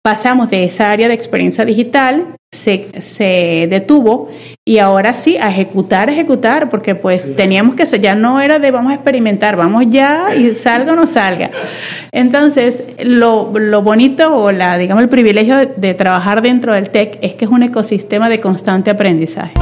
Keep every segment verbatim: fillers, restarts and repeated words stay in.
pasamos de esa área de experiencia digital, se, se detuvo y ahora sí a ejecutar, ejecutar, porque pues sí. teníamos que, ya no era de vamos a experimentar, vamos ya y salga o no salga. Entonces, lo, lo bonito o la, digamos, el privilegio de, de trabajar dentro del tech es que es un ecosistema de constante aprendizaje.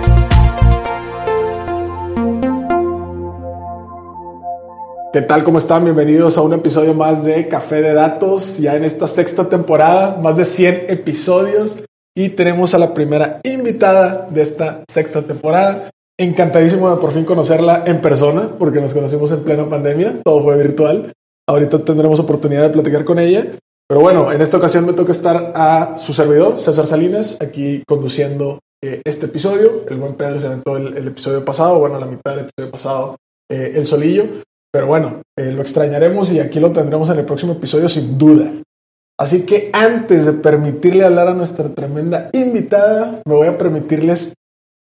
¿Qué tal? ¿Cómo están? Bienvenidos a un episodio más de Café de Datos, ya en esta sexta temporada, más de cien episodios, y tenemos a la primera invitada de esta sexta temporada. Encantadísimo de por fin conocerla en persona, porque nos conocimos en plena pandemia, todo fue virtual. Ahorita tendremos oportunidad de platicar con ella, pero bueno, en esta ocasión me toca estar a su servidor, César Salinas, aquí conduciendo eh, este episodio. El buen Pedro se aventó el, el episodio pasado, bueno, la mitad del episodio pasado, eh, el solillo. Pero bueno, eh, lo extrañaremos y aquí lo tendremos en el próximo episodio sin duda. Así que antes de permitirle hablar a nuestra tremenda invitada, me voy a permitirles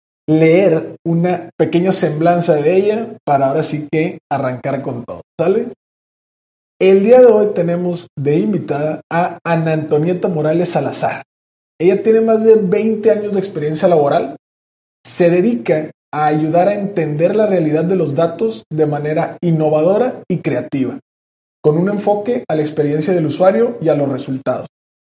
leer una pequeña semblanza de ella para ahora sí que arrancar con todo, ¿sale? El día de hoy tenemos de invitada a Ana Antonieta Morales Salazar. Ella tiene más de veinte años de experiencia laboral. Se dedica a ayudar a entender la realidad de los datos de manera innovadora y creativa, con un enfoque a la experiencia del usuario y a los resultados.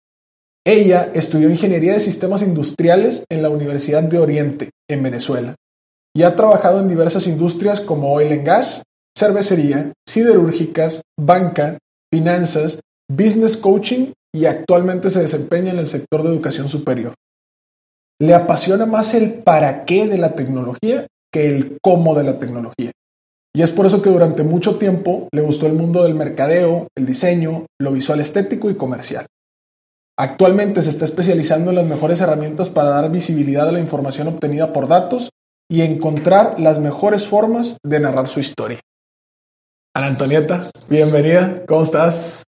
Ella estudió Ingeniería de Sistemas Industriales en la Universidad de Oriente, en Venezuela, y ha trabajado en diversas industrias como oil and gas, cervecería, siderúrgicas, banca, finanzas, business coaching y actualmente se desempeña en el sector de educación superior. Le apasiona más el para qué de la tecnología que el cómo de la tecnología. Y es por eso que durante mucho tiempo le gustó el mundo del mercadeo, el diseño, lo visual estético y comercial. Actualmente se está especializando en las mejores herramientas para dar visibilidad a la información obtenida por datos y encontrar las mejores formas de narrar su historia. Ana Antonieta, bienvenida, ¿cómo estás?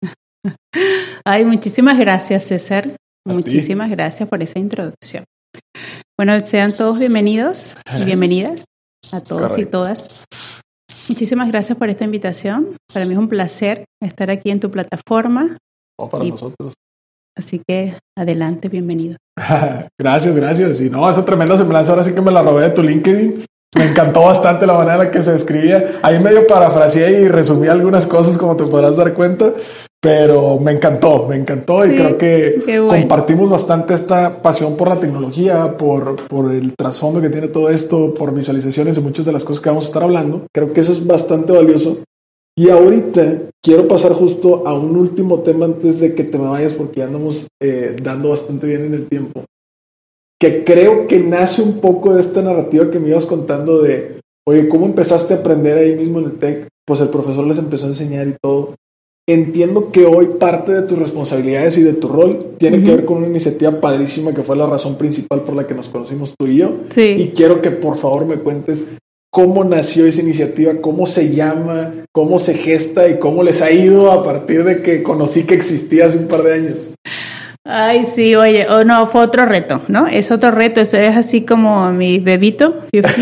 Ay, muchísimas gracias, César. A muchísimas ti. Gracias por esa introducción. Bueno, sean todos bienvenidos y bienvenidas a todos Correcto. Y todas. Muchísimas gracias por esta invitación. Para mí es un placer estar aquí en tu plataforma. Oh, para y, nosotros. Así que adelante, bienvenido. Gracias, gracias. Y no, esa tremenda semblanza, ahora sí que me la robé de tu LinkedIn. Me encantó bastante la manera en la que se describía. Ahí medio parafraseé y resumí algunas cosas, como te podrás dar cuenta, pero me encantó, me encantó sí, y creo que bueno. compartimos bastante esta pasión por la tecnología, por, por el trasfondo que tiene todo esto, por visualizaciones y muchas de las cosas que vamos a estar hablando. Creo que eso es bastante valioso. Y ahorita quiero pasar justo a un último tema antes de que te me vayas, porque ya andamos eh, dando bastante bien en el tiempo. Que creo que nace un poco de esta narrativa que me ibas contando de, oye, ¿cómo empezaste a aprender ahí mismo en el TEC? Pues el profesor les empezó a enseñar y todo. Entiendo que hoy parte de tus responsabilidades y de tu rol tiene uh-huh. que ver con una iniciativa padrísima que fue la razón principal por la que nos conocimos tú y yo. Sí. Y quiero que por favor me cuentes cómo nació esa iniciativa, cómo se llama, cómo se gesta y cómo les ha ido a partir de que conocí que existía hace un par de años. Ay, sí, oye, o oh, no, fue otro reto, ¿no? Es otro reto, eso es así como mi bebito. Fiu, fiu.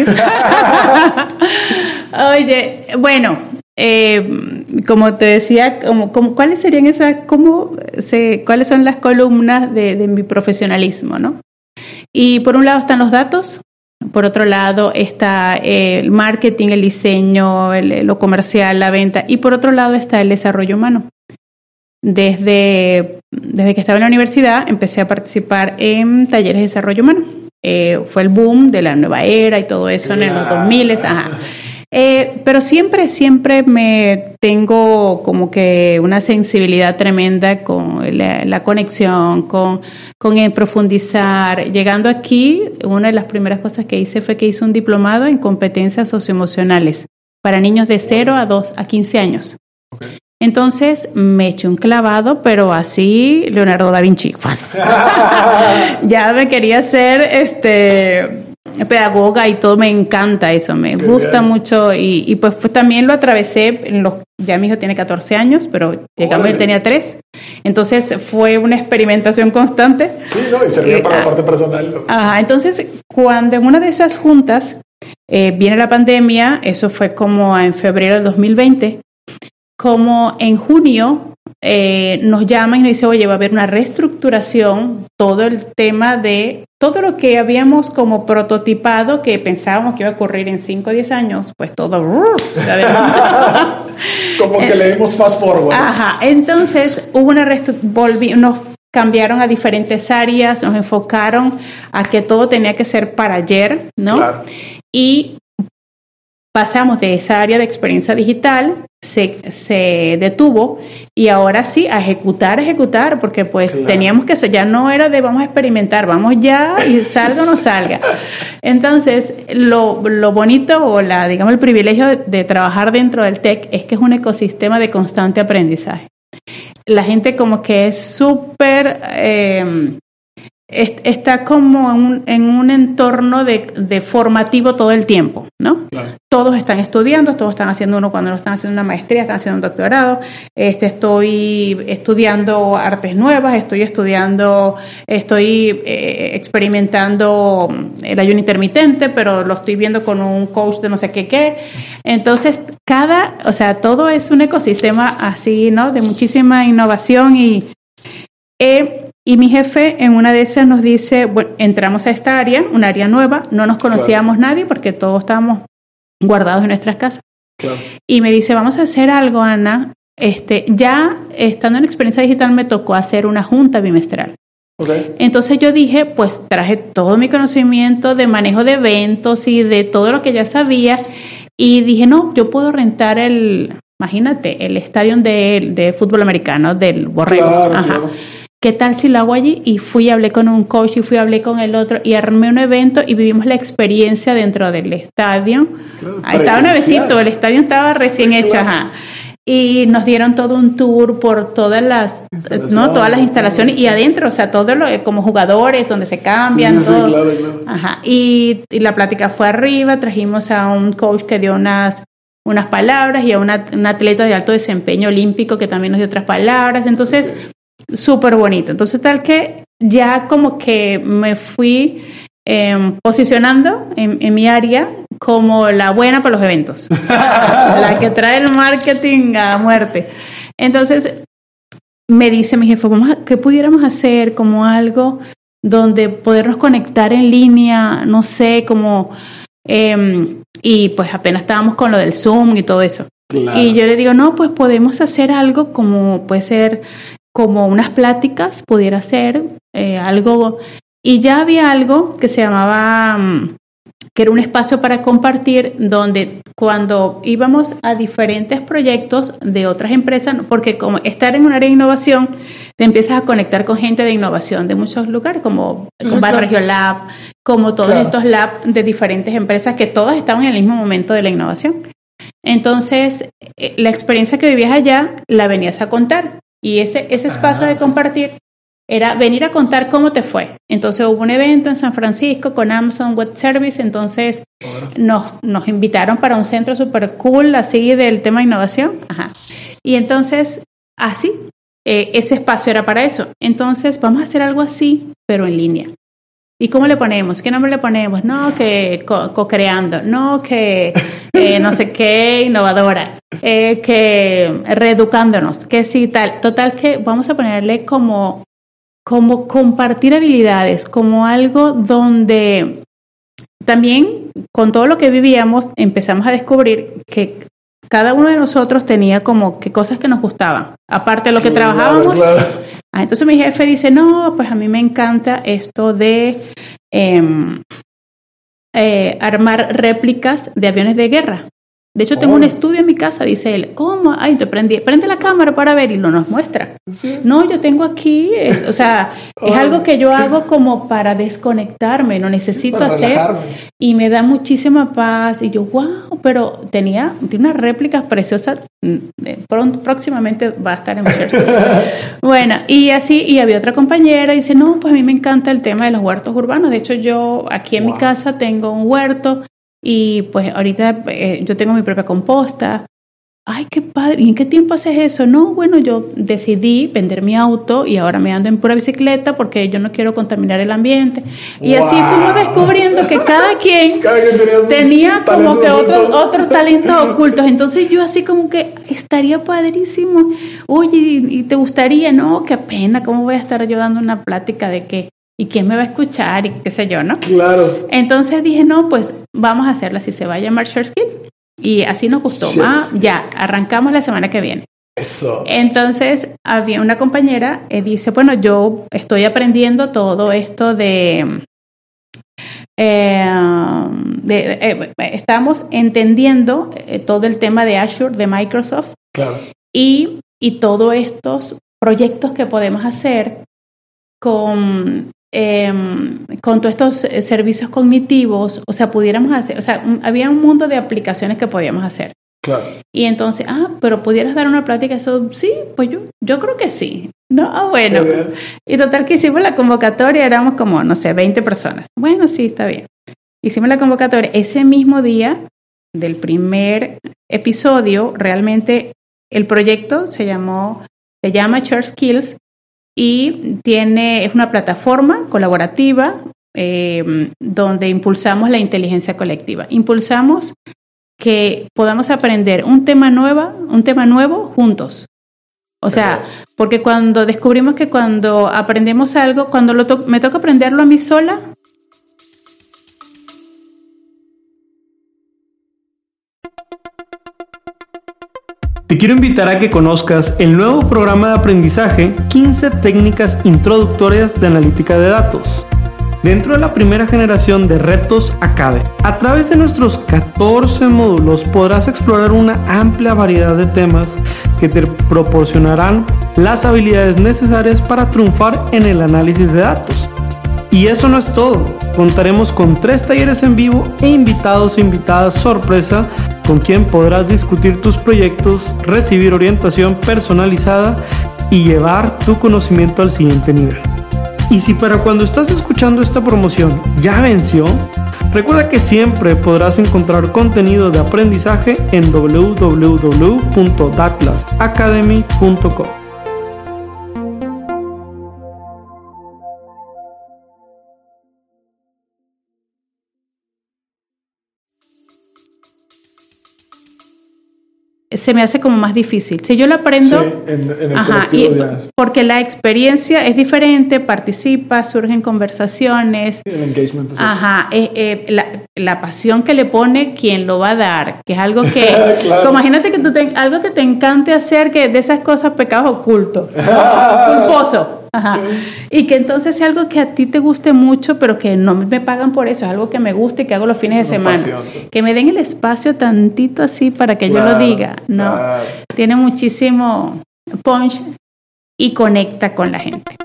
Oye, bueno, eh, como te decía, como, como, ¿cuáles serían esas, cómo se, cuáles son las columnas de, de mi profesionalismo, ¿no? Y por un lado están los datos, por otro lado está el marketing, el diseño, el, lo comercial, la venta, y por otro lado está el desarrollo humano. Desde, desde que estaba en la universidad empecé a participar en talleres de desarrollo humano. Eh, fue el boom de la nueva era y todo eso en los dos mil. Ajá. Eh, pero siempre, siempre me tengo como que una sensibilidad tremenda con la, la conexión, con, con el profundizar. Llegando aquí, una de las primeras cosas que hice fue que hice un diplomado en competencias socioemocionales para niños de cero a dos a quince años. Okay. Entonces me eché un clavado, pero así Leonardo da Vinci. Ya me quería ser este, pedagoga y todo, me encanta eso, me Qué gusta bien. mucho y, y pues, pues también lo atravesé, en los, ya mi hijo tiene catorce años, pero llegamos, él tenía tres, entonces fue una experimentación constante. Sí, no, y servía eh, para la parte personal. ¿No? Ajá, entonces cuando en una de esas juntas eh, viene la pandemia, eso fue como en febrero del dos mil veinte, como en junio eh, nos llaman y nos dice, oye, va a haber una reestructuración, todo el tema de todo lo que habíamos como prototipado, que pensábamos que iba a ocurrir en cinco o diez años, pues todo... como que le dimos fast forward. Ajá, entonces hubo una reestructuración, nos cambiaron a diferentes áreas, nos enfocaron a que todo tenía que ser para ayer, ¿no? Claro. Y pasamos de esa área de experiencia digital, se, se detuvo y ahora sí a ejecutar, ejecutar, porque pues claro. teníamos que ser, ya no era de vamos a experimentar, vamos ya y salga o no salga. Entonces, lo, lo bonito o la, digamos, el privilegio de, de trabajar dentro del tech es que es un ecosistema de constante aprendizaje. La gente como que es súper... Eh, está como en un, en un entorno de, de formativo todo el tiempo, ¿no? Claro. Todos están estudiando, todos están haciendo uno cuando no están haciendo una maestría, están haciendo un doctorado. Este, estoy estudiando artes nuevas, estoy estudiando, estoy eh, experimentando el ayuno intermitente, pero lo estoy viendo con un coach de no sé qué qué. Entonces, cada, o sea, todo es un ecosistema así, ¿no? De muchísima innovación y eh, Y mi jefe en una de esas nos dice, bueno, entramos a esta área, un área nueva, no nos conocíamos claro. nadie porque todos estábamos guardados en nuestras casas. Claro. Y me dice, vamos a hacer algo, Ana. Este, ya estando en experiencia digital me tocó hacer una junta bimestral. Okay. Entonces yo dije, pues traje todo mi conocimiento de manejo de eventos y de todo lo que ya sabía y dije, no, yo puedo rentar el, imagínate, el estadio de, de fútbol americano, del Borregos. Claro, Ajá. Claro. ¿Qué tal si lo hago allí? Y fui, hablé con un coach y fui, hablé con el otro y armé un evento y vivimos la experiencia dentro del estadio. Claro, estaba nuevecito, el estadio estaba recién sí, hecho, claro. ajá. Y nos dieron todo un tour por todas las, ¿no? todas las instalaciones y adentro, o sea, todo lo, como jugadores, donde se cambian, sí, sí, todo. Sí, claro, claro. Ajá. Y, y la plática fue arriba, trajimos a un coach que dio unas, unas palabras y a una, una atleta de alto desempeño olímpico que también nos dio otras palabras. Entonces... Okay. Súper bonito. Entonces, tal que ya como que me fui eh, posicionando en, en mi área como la buena para los eventos. La que trae el marketing a muerte. Entonces, me dice mi jefe, vamos a, ¿qué pudiéramos hacer como algo donde podernos conectar en línea? No sé, como... Eh, y pues apenas estábamos con lo del Zoom y todo eso. Claro. Y yo le digo, no, pues podemos hacer algo como puede ser... como unas pláticas, pudiera ser eh, algo, y ya había algo que se llamaba, que era un espacio para compartir, donde cuando íbamos a diferentes proyectos de otras empresas, porque como estar en un área de innovación, te empiezas a conectar con gente de innovación de muchos lugares, como sí, Barregio Lab, como todos claro. estos labs de diferentes empresas que todas estaban en el mismo momento de la innovación. Entonces, eh, la experiencia que vivías allá, la venías a contar. Y ese, ese espacio de compartir era venir a contar cómo te fue. Entonces hubo un evento en San Francisco con Amazon Web Service, entonces nos, nos invitaron para un centro súper cool, así del tema de innovación. Ajá. Y entonces, así, eh, ese espacio era para eso. Entonces vamos a hacer algo así, pero en línea. ¿Y cómo le ponemos? ¿Qué nombre le ponemos? No, que co- co-creando, no, que eh, no sé qué, innovadora, eh, que reeducándonos, que sí, tal. Total que vamos a ponerle como, como compartir habilidades, como algo donde también con todo lo que vivíamos empezamos a descubrir que cada uno de nosotros tenía como que cosas que nos gustaban, aparte de lo que claro, trabajábamos. Claro. Ah, entonces mi jefe dice, no, pues a mí me encanta esto de eh, eh, armar réplicas de aviones de guerra. De hecho, tengo oh. un estudio en mi casa, dice él. ¿Cómo? Ay, te prendí, prende la cámara para ver y lo nos muestra. ¿Sí? No, yo tengo aquí, es, o sea, oh. es algo que yo hago como para desconectarme, no necesito para hacer. Relajarme. Y me da muchísima paz. Y yo, wow, pero tenía, tenía unas réplicas preciosas. Pronto, próximamente va a estar en Church. Bueno, y así, y había otra compañera y dice, no, pues a mí me encanta el tema de los huertos urbanos. De hecho, yo aquí en wow. mi casa tengo un huerto. Y pues ahorita eh, yo tengo mi propia composta ay, qué padre, ¿y en qué tiempo haces eso? No, bueno, yo decidí vender mi auto y ahora me ando en pura bicicleta porque yo no quiero contaminar el ambiente. Y wow. así fuimos descubriendo que cada quien, cada quien tenía, tenía como que otros, otros talentos ocultos. Entonces yo así como que estaría padrísimo. Oye, ¿y te gustaría? No, qué pena, ¿cómo voy a estar yo dando una plática de qué? ¿Y quién me va a escuchar? Y qué sé yo, ¿no? Claro. Entonces dije, no, pues vamos a hacerla así, se va a llamar Share Skills. Y así nos gustó. Ah, ya, arrancamos la semana que viene. Eso. Entonces, había una compañera que eh, dice, bueno, yo estoy aprendiendo todo esto de... Eh, de eh, estamos entendiendo eh, todo el tema de Azure, de Microsoft. Claro. Y, y todos estos proyectos que podemos hacer con... Eh, con todos estos servicios cognitivos, o sea, pudiéramos hacer, o sea, un, había un mundo de aplicaciones que podíamos hacer. Claro. Y entonces, ah, pero ¿pudieras dar una plática? Eso, sí, pues yo, yo creo que sí. No, ah, bueno. Y total que hicimos la convocatoria, éramos como, no sé, veinte personas. Bueno, sí, está bien. Hicimos la convocatoria. Ese mismo día del primer episodio, realmente el proyecto se llamó, se llama Share Skills, y tiene, es una plataforma colaborativa eh, donde impulsamos la inteligencia colectiva. Impulsamos que podamos aprender un tema nuevo, un tema nuevo juntos. O sea, porque cuando descubrimos que cuando aprendemos algo, cuando lo to- me toca aprenderlo a mí sola, te quiero invitar a que conozcas el nuevo programa de aprendizaje quince técnicas introductorias de analítica de datos. Dentro de la primera generación de Retos Academy, a través de nuestros catorce módulos podrás explorar una amplia variedad de temas que te proporcionarán las habilidades necesarias para triunfar en el análisis de datos. Y eso no es todo, contaremos con tres talleres en vivo e invitados e invitadas sorpresa con quien podrás discutir tus proyectos, recibir orientación personalizada y llevar tu conocimiento al siguiente nivel. Y si para cuando estás escuchando esta promoción ya venció, recuerda que siempre podrás encontrar contenido de aprendizaje en doble u doble u doble u punto datlas academy punto com. se me hace como más difícil. Si yo lo aprendo, sí, en, en el ajá, y, porque la experiencia es diferente, participa, surgen conversaciones. Sí, el engagement. Es ajá, eh, eh, la, la pasión que le pone quien lo va a dar, que es algo que, claro. Imagínate que tú te, algo que te encante hacer, que de esas cosas pecados ocultos, culposo. Ajá. Y que entonces sea algo que a ti te guste mucho, pero que no me pagan por eso, es algo que me gusta y que hago los fines de semana. Pasión. Que me den el espacio tantito así para que claro, yo lo diga. No, claro. Tiene muchísimo punch y conecta con la gente.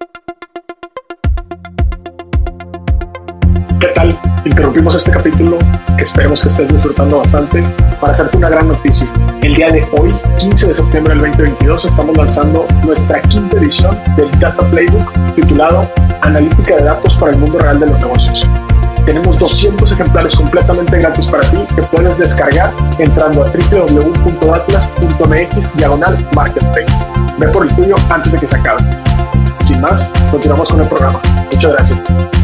¿Qué tal? Interrumpimos este capítulo, que esperemos que estés disfrutando bastante, para hacerte una gran noticia. El día de hoy, quince de septiembre del veinte veintidós, estamos lanzando nuestra quinta edición del Data Playbook titulado Analítica de Datos para el Mundo Real de los Negocios. Tenemos doscientos ejemplares completamente gratis para ti que puedes descargar entrando a doble u doble u doble u punto atlas punto m x diagonal marketplace. Ve por el tuyo antes de que se acabe. Sin más, continuamos con el programa. Muchas gracias.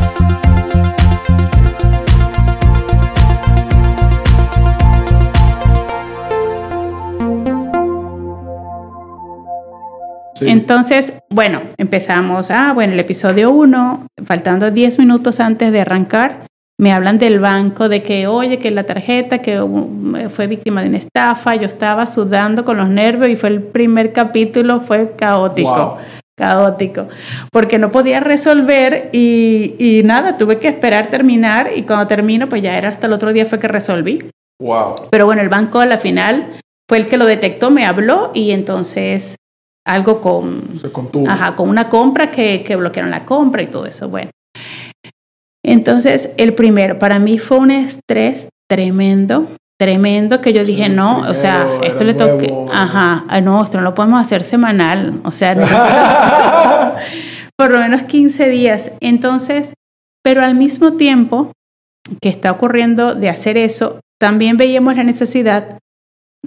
Sí. Entonces, bueno, empezamos, ah, bueno, el episodio uno, faltando diez minutos antes de arrancar, me hablan del banco, de que, oye, que la tarjeta, que fue víctima de una estafa, yo estaba sudando con los nervios y fue el primer capítulo, fue caótico. Wow. Caótico, porque no podía resolver y, y nada, tuve que esperar terminar y cuando termino, pues ya era hasta el otro día fue que resolví. Wow. Pero bueno, el banco a la final fue el que lo detectó, me habló y entonces algo con, se contuvo. Ajá, con una compra que, que bloquearon la compra y todo eso. Bueno, entonces el primero, para mí fue un estrés tremendo, tremendo que yo dije, sí, no, primero, o sea, esto le toque, ajá, no, esto no lo podemos hacer semanal, o sea, no, por lo menos quince días. Entonces, pero al mismo tiempo que está ocurriendo de hacer eso, también veíamos la necesidad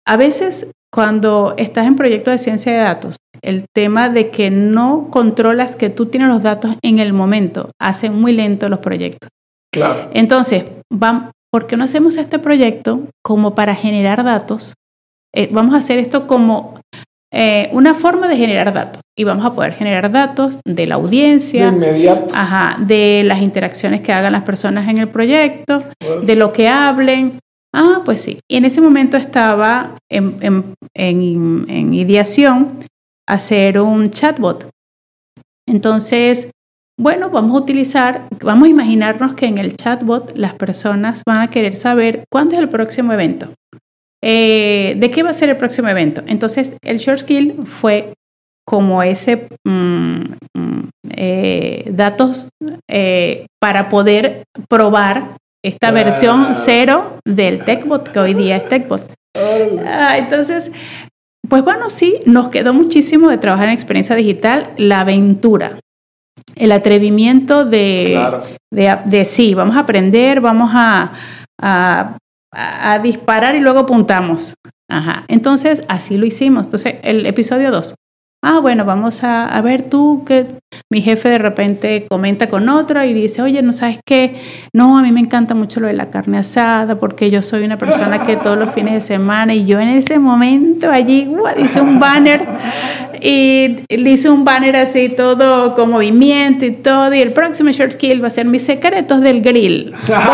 a veces cuando estás en proyectos de ciencia de datos, el tema de que no controlas que tú tienes los datos en el momento, hace muy lento los proyectos. Claro. Entonces, vamos, ¿por qué no hacemos este proyecto como para generar datos? Eh, vamos a hacer esto como eh, una forma de generar datos. Y vamos a poder generar datos de la audiencia. De inmediato. Ajá, de las interacciones que hagan las personas en el proyecto, Bueno. de lo que hablen. Ah, pues sí. Y en ese momento estaba en, en, en, en ideación hacer un chatbot. Entonces, bueno, vamos a utilizar, vamos a imaginarnos que en el chatbot las personas van a querer saber cuándo es el próximo evento. Eh, ¿De qué va a ser el próximo evento? Entonces, el Short Skill fue como ese mm, mm, eh, datos eh, para poder probar esta Claro. versión cero del TechBot, que hoy día es TechBot. Ah, entonces, pues bueno, sí, nos quedó muchísimo de trabajar en experiencia digital, la aventura, el atrevimiento de, Claro. de, de sí, vamos a aprender, vamos a, a, a disparar y luego apuntamos. Ajá. Entonces, así lo hicimos. Entonces, el episodio dos. Ah, bueno, vamos a, a ver tú que mi jefe de repente comenta con otro y dice, oye, ¿no sabes qué? No, a mí me encanta mucho lo de la carne asada porque yo soy una persona que todos los fines de semana y yo en ese momento allí ¡guau! Hice un banner y le hice un banner así todo con movimiento y todo y el próximo Short Skill va a ser mis secretos del grill.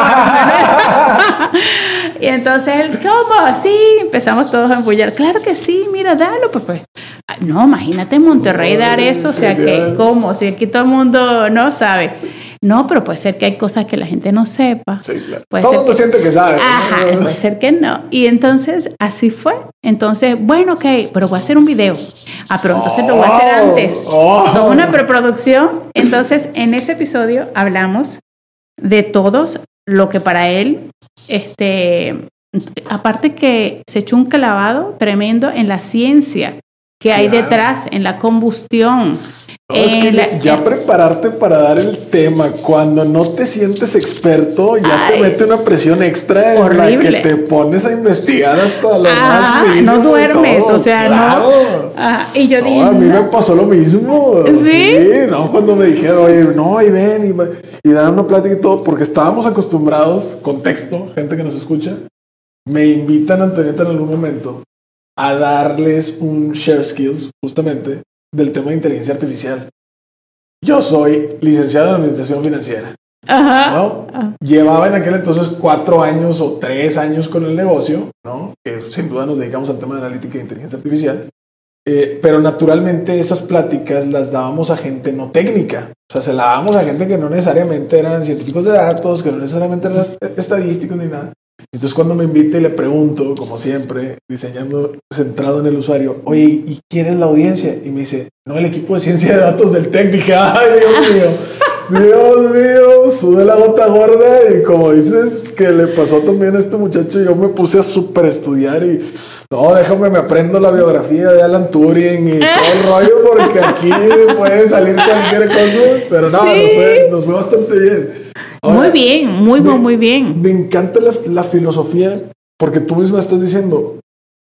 Y entonces él, ¿cómo? Sí, empezamos todos a empullar. Claro que sí, mira, dalo, pues pues. No, imagínate en Monterrey dar eso, o sea que, ¿cómo? Si aquí todo el mundo no sabe. No, pero puede ser que hay cosas que la gente no sepa. Sí, claro. Puede Todo el ser mundo que, siente que sabe. Ajá, puede ser que no. Y entonces, así fue. Entonces, bueno, ok, pero voy a hacer un video. Ah, pero entonces lo voy a hacer antes. Oh. Toda una preproducción. Entonces, en ese episodio hablamos de todos lo que para él, este, aparte que se echó un clavado tremendo en la ciencia que hay Claro. detrás, en la combustión. No, es que en la- ya prepararte para dar el tema cuando no te sientes experto, ya Ay, te mete una presión extra en horrible. la que te pones a investigar hasta lo Ah, más mínimo no y duermes, todo. o sea, Claro. no. Ah, y yo No, dije, a mí no. me pasó lo mismo. ¿Sí? no, cuando me dijeron, oye, no, y ven y, va- y dan una plática y todo, porque estábamos acostumbrados, contexto, gente que nos escucha, me invitan a Antonieta en algún momento a darles un share skills, justamente, del tema de inteligencia artificial. Yo soy licenciado en administración financiera, Ajá. ¿no? Ah. Llevaba en aquel entonces cuatro años o tres años con el negocio, ¿no? Que sin duda nos dedicamos al tema de analítica e inteligencia artificial. Eh, pero naturalmente esas pláticas las dábamos a gente no técnica. O sea, se la dábamos a gente que no necesariamente eran científicos de datos, que no necesariamente eran est- estadísticos ni nada. Entonces cuando me invita y le pregunto, como siempre, diseñando centrado en el usuario, oye, ¿y quién es la audiencia? Y me dice, no, el equipo de ciencia de datos del TEC. Dije, ay, Dios mío, Dios mío, sudé la gota gorda. Y como dices que le pasó también a este muchacho, yo me puse a súper estudiar y no, déjame, me aprendo la biografía de Alan Turing y todo el rollo, porque aquí puede salir cualquier cosa, pero no, Sí. nos, fue, nos fue bastante bien. Ahora, Muy bien, muy, me- muy bien. Me encanta la, la filosofía, porque tú misma estás diciendo,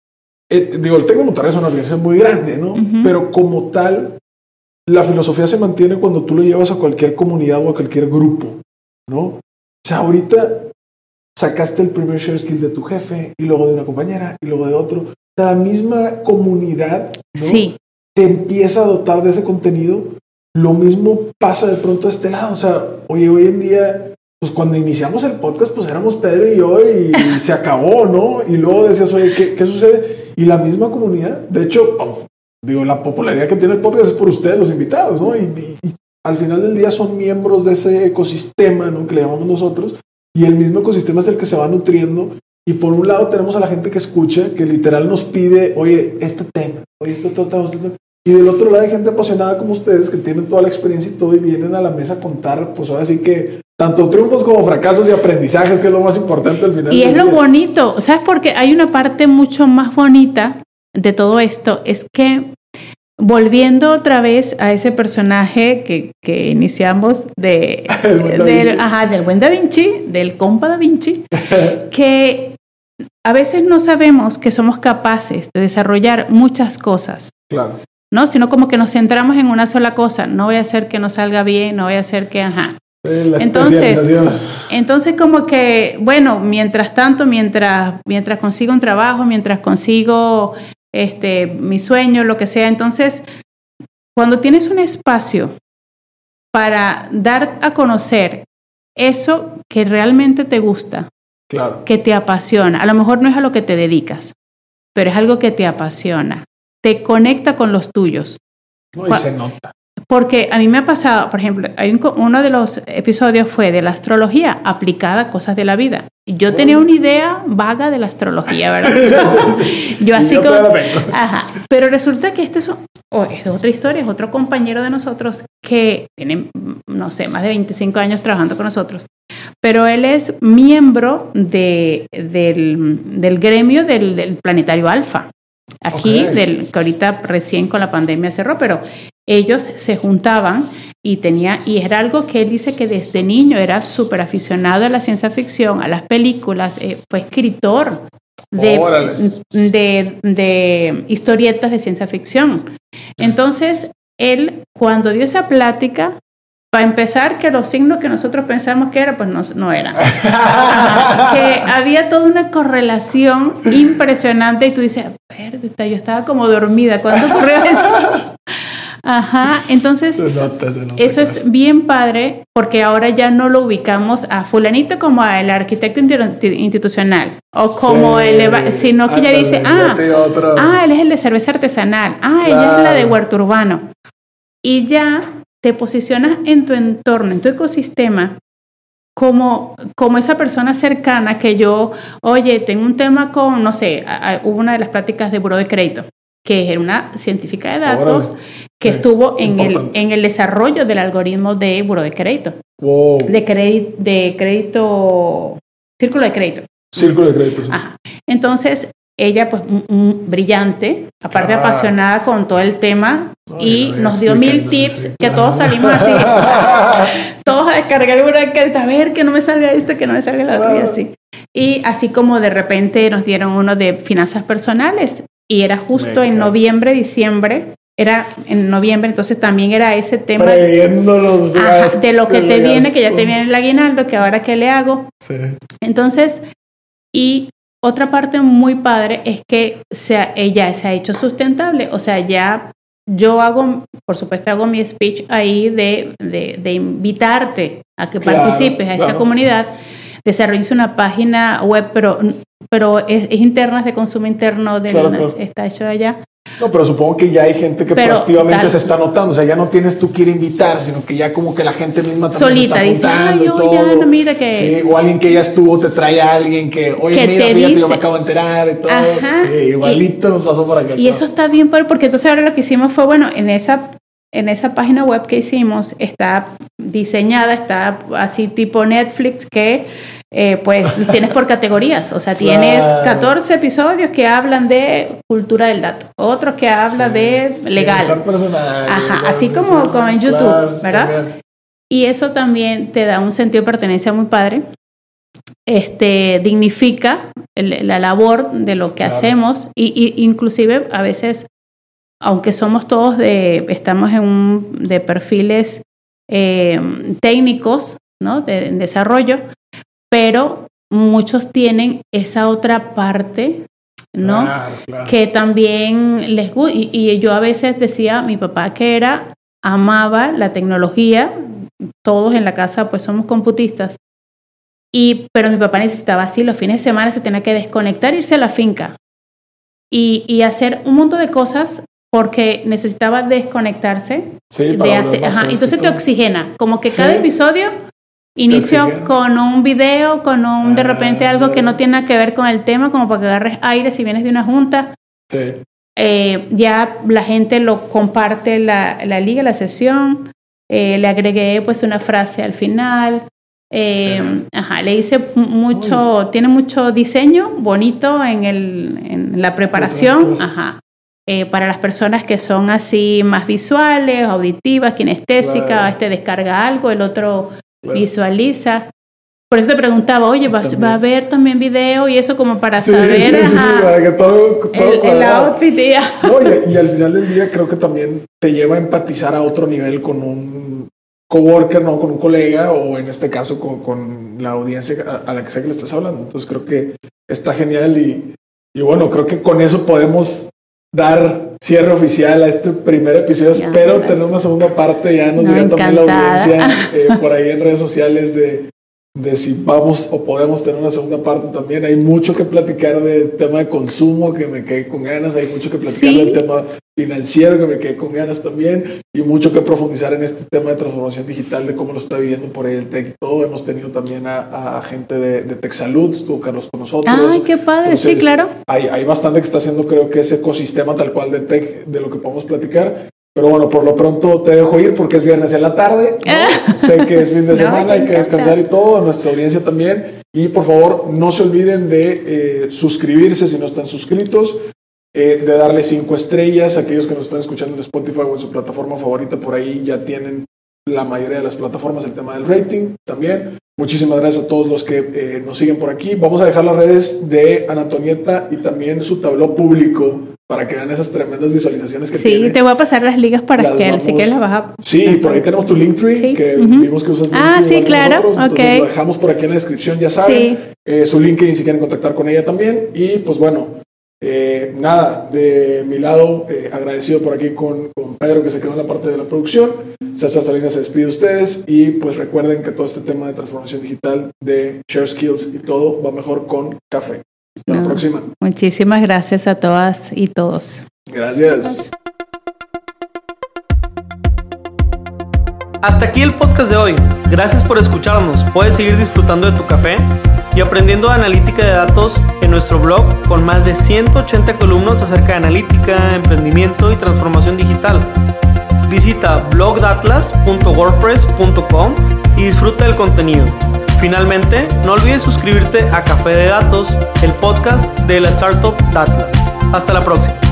eh, digo, el TEC de Monterrey es una organización muy grande, ¿no? Ujú. Pero como tal, la filosofía se mantiene cuando tú lo llevas a cualquier comunidad o a cualquier grupo, ¿no? O sea, ahorita sacaste el primer share skill de tu jefe, y luego de una compañera, y luego de otro. O sea, la misma comunidad, ¿no? Sí, Te empieza a dotar de ese contenido. Lo mismo pasa de pronto a este lado. O sea, oye, hoy en día, pues cuando iniciamos el podcast, pues éramos Pedro y yo y se acabó, ¿no? Y luego decías, oye, ¿qué, qué sucede? Y la misma comunidad, de hecho, digo, la popularidad que tiene el podcast es por ustedes, los invitados, ¿no? Y, y- y al final del día son miembros de ese ecosistema, ¿no? Que le llamamos nosotros. Y el mismo ecosistema es el que se va nutriendo. Y por un lado tenemos a la gente que escucha, que literal nos pide, oye, este tema, oye, esto, esto, esto, esto. Y del otro lado hay gente apasionada como ustedes que tienen toda la experiencia y todo y vienen a la mesa a contar, pues ahora sí que tanto triunfos como fracasos y aprendizajes, que es lo más importante al final. y del es lo día. bonito, ¿sabes? Porque hay una parte mucho más bonita de todo esto, es que volviendo otra vez a ese personaje que, que iniciamos de, El buen Da del, Vinci. ajá, del buen Da Vinci, del compa Da Vinci, que a veces no sabemos que somos capaces de desarrollar muchas cosas. Claro. ¿No? Sino como que nos centramos en una sola cosa. No voy a hacer que no salga bien, no voy a hacer que, ajá. Eh, la entonces, entonces como que, bueno, mientras tanto, mientras, mientras consigo un trabajo, mientras consigo este, mi sueño, lo que sea, entonces, cuando tienes un espacio para dar a conocer eso que realmente te gusta, claro, que te apasiona, a lo mejor no es a lo que te dedicas, pero es algo que te apasiona, te conecta con los tuyos. No, y se nota. Porque a mí me ha pasado, por ejemplo, hay un, uno de los episodios fue de la astrología aplicada a cosas de la vida. Yo bueno. tenía una idea vaga de la astrología, ¿verdad? sí, sí. Yo así yo como... Ajá. Pero resulta que este es, oh, es otra historia, es otro compañero de nosotros que tiene, no sé, más de veinticinco años trabajando con nosotros. Pero él es miembro de, del, del gremio del, del Planetario Alfa. Aquí, okay. del, que ahorita recién con la pandemia cerró, pero ellos se juntaban y tenía, y era algo que él dice que desde niño era súper aficionado a la ciencia ficción, a las películas, eh, fue escritor de, de, de historietas de ciencia ficción. Entonces, él, cuando dio esa plática, para empezar, que los signos que nosotros pensamos que eran, pues no, no eran. Que había toda una correlación impresionante y tú dices, verdad, yo estaba como dormida. ¿Cuándo ocurrió eso? Ajá, entonces se nota, se nota, eso es bien padre porque ahora ya no lo ubicamos a fulanito como el arquitecto institucional o como sí, el, eva- sino que ella dice, ah, ah, él es el de cerveza artesanal, ah, claro. Ella es la de huerto urbano. Y ya te posicionas en tu entorno, en tu ecosistema, como, como esa persona cercana que yo, oye, tengo un tema con, no sé, a, a, hubo una de las prácticas de buró de crédito, que era una científica de datos Órale. que sí, estuvo en el, en el desarrollo del algoritmo de buró de crédito. Wow. De, crédito, de crédito, círculo de crédito. Círculo de crédito, sí. Ajá. Entonces, ella, pues, un, un brillante, aparte ah. apasionada con todo el tema, Ay, y no nos dio mil tips sí, que todos salimos así, todos a descargar el buró de crédito, a ver que no me salga esto, que no me salga la otra, y así. Y así como de repente nos dieron uno de finanzas personales, y era justo en noviembre, diciembre, era en noviembre, entonces también era ese tema los ajá, de lo que te viene, gasto. que ya te viene el aguinaldo, que ahora qué le hago. Sí. Entonces, y otra parte muy padre es que se, ella se ha hecho sustentable, o sea, ya yo hago, por supuesto, hago mi speech ahí de, de, de invitarte a que claro, participes a esta claro. comunidad, desarrolles una página web, pero, pero es, es interna, es de consumo interno, de claro, la, claro. está hecho allá. No, pero supongo que ya hay gente que pero, proactivamente tal, se está notando, o sea, ya no tienes tú que ir a invitar, sino que ya como que la gente misma también solita se está dice, ay, yo ya no, mira que... Sí, o alguien que ya estuvo te trae a alguien que, oye, que mira, te fíjate, dice, yo me acabo de enterar y todo. Ajá, sí, igualito y, nos pasó por acá. Y todo. Eso está bien, porque entonces ahora lo que hicimos fue, bueno, en esa, en esa página web que hicimos está diseñada, está así tipo Netflix, que eh, pues tienes por categorías, o sea, tienes claro. catorce episodios que hablan de cultura del dato, otros que hablan sí, de legal, personal, ajá, claro, así como, como en YouTube, claro, ¿verdad? También. Y eso también te da un sentido de pertenencia muy padre, este, dignifica el, la labor de lo que claro. hacemos y, y inclusive a veces, aunque somos todos de, estamos en un, de perfiles eh, técnicos, ¿no? De, de desarrollo, pero muchos tienen esa otra parte, ¿no? Claro, claro. Que también les gusta. Y, y yo a veces decía, mi papá que era, amaba la tecnología, todos en la casa pues somos computistas, y, pero mi papá necesitaba así, los fines de semana se tenía que desconectar, irse a la finca y, y hacer un montón de cosas porque necesitaba desconectarse. Sí, de hacer, ajá, entonces te oxigena, como que cada sí. episodio inicio con un video, con un de repente algo que no tiene nada que ver con el tema, como para que agarres aire si vienes de una junta. Sí. Eh, ya la gente lo comparte la, la liga, la sesión. Eh, le agregué pues una frase al final. Eh, ajá, le hice mucho, Uy. tiene mucho diseño bonito en, el, en la preparación. Ajá. Eh, para las personas que son así más visuales, auditivas, kinestésicas, claro. este descarga algo, el otro claro. visualiza. Por eso te preguntaba, oye, ¿va, ¿va a haber también video y eso como para sí, saber? Sí, sí, ajá, sí, para que todo, todo el, el outfit, ya. No, y, y al final del día creo que también te lleva a empatizar a otro nivel con un coworker, ¿no? Con un colega o en este caso con, con la audiencia a, a la que sé que le estás hablando. Entonces creo que está genial y, y bueno, creo que con eso podemos dar cierre oficial a este primer episodio. Ya, Espero gracias. tener una segunda parte, ya nos no, dirá también la audiencia eh, por ahí en redes sociales de de si vamos o podemos tener una segunda parte también. Hay mucho que platicar del tema de consumo, que me quedé con ganas, hay mucho que platicar ¿Sí? del tema financiero, que me quedé con ganas también, y mucho que profundizar en este tema de transformación digital, de cómo lo está viviendo por ahí el tech y todo. Hemos tenido también a, a gente de, de TechSalud, estuvo Carlos con nosotros. ¡Ay, qué padre! Entonces, sí, claro. Hay, hay bastante que está haciendo, creo que ese ecosistema tal cual de tech, de lo que podemos platicar. Pero bueno, por lo pronto te dejo ir porque es viernes en la tarde, ¿no? Sé que es fin de semana, no, hay que descansar y todo, a nuestra audiencia también. Y por favor, no se olviden de eh, suscribirse si no están suscritos, eh, de darle cinco estrellas a aquellos que nos están escuchando en Spotify o en su plataforma favorita. Por ahí ya tienen la mayoría de las plataformas el tema del rating también. Muchísimas gracias a todos los que eh, nos siguen por aquí. Vamos a dejar las redes de Ana Antonieta y también su tabló público para que vean esas tremendas visualizaciones que sí, tiene. Sí, te voy a pasar las ligas para las que vamos, sí que las vas a... Sí, por ahí tenemos tu Linktree, sí. que uh-huh. vimos que usas Linktree. Ah, sí, claro, nosotros, okay. Entonces lo dejamos por aquí en la descripción, ya saben. Sí. Eh, su LinkedIn si quieren contactar con ella también. Y pues bueno, eh, nada, de mi lado, eh, agradecido por aquí con, con Pedro que se quedó en la parte de la producción. César Salinas se despide de ustedes y pues recuerden que todo este tema de transformación digital, de Share Skills y todo va mejor con café. Hasta no, la próxima. Muchísimas gracias a todas y todos. Gracias. Hasta aquí el podcast de hoy. Gracias por escucharnos. Puedes seguir disfrutando de tu café y aprendiendo analítica de datos en nuestro blog con más de ciento ochenta columnas acerca de analítica, emprendimiento y transformación digital. Visita blog datlas punto wordpress punto com y disfruta del contenido. Finalmente, no olvides suscribirte a Café de Datos, el podcast de la startup Datlas. Hasta la próxima.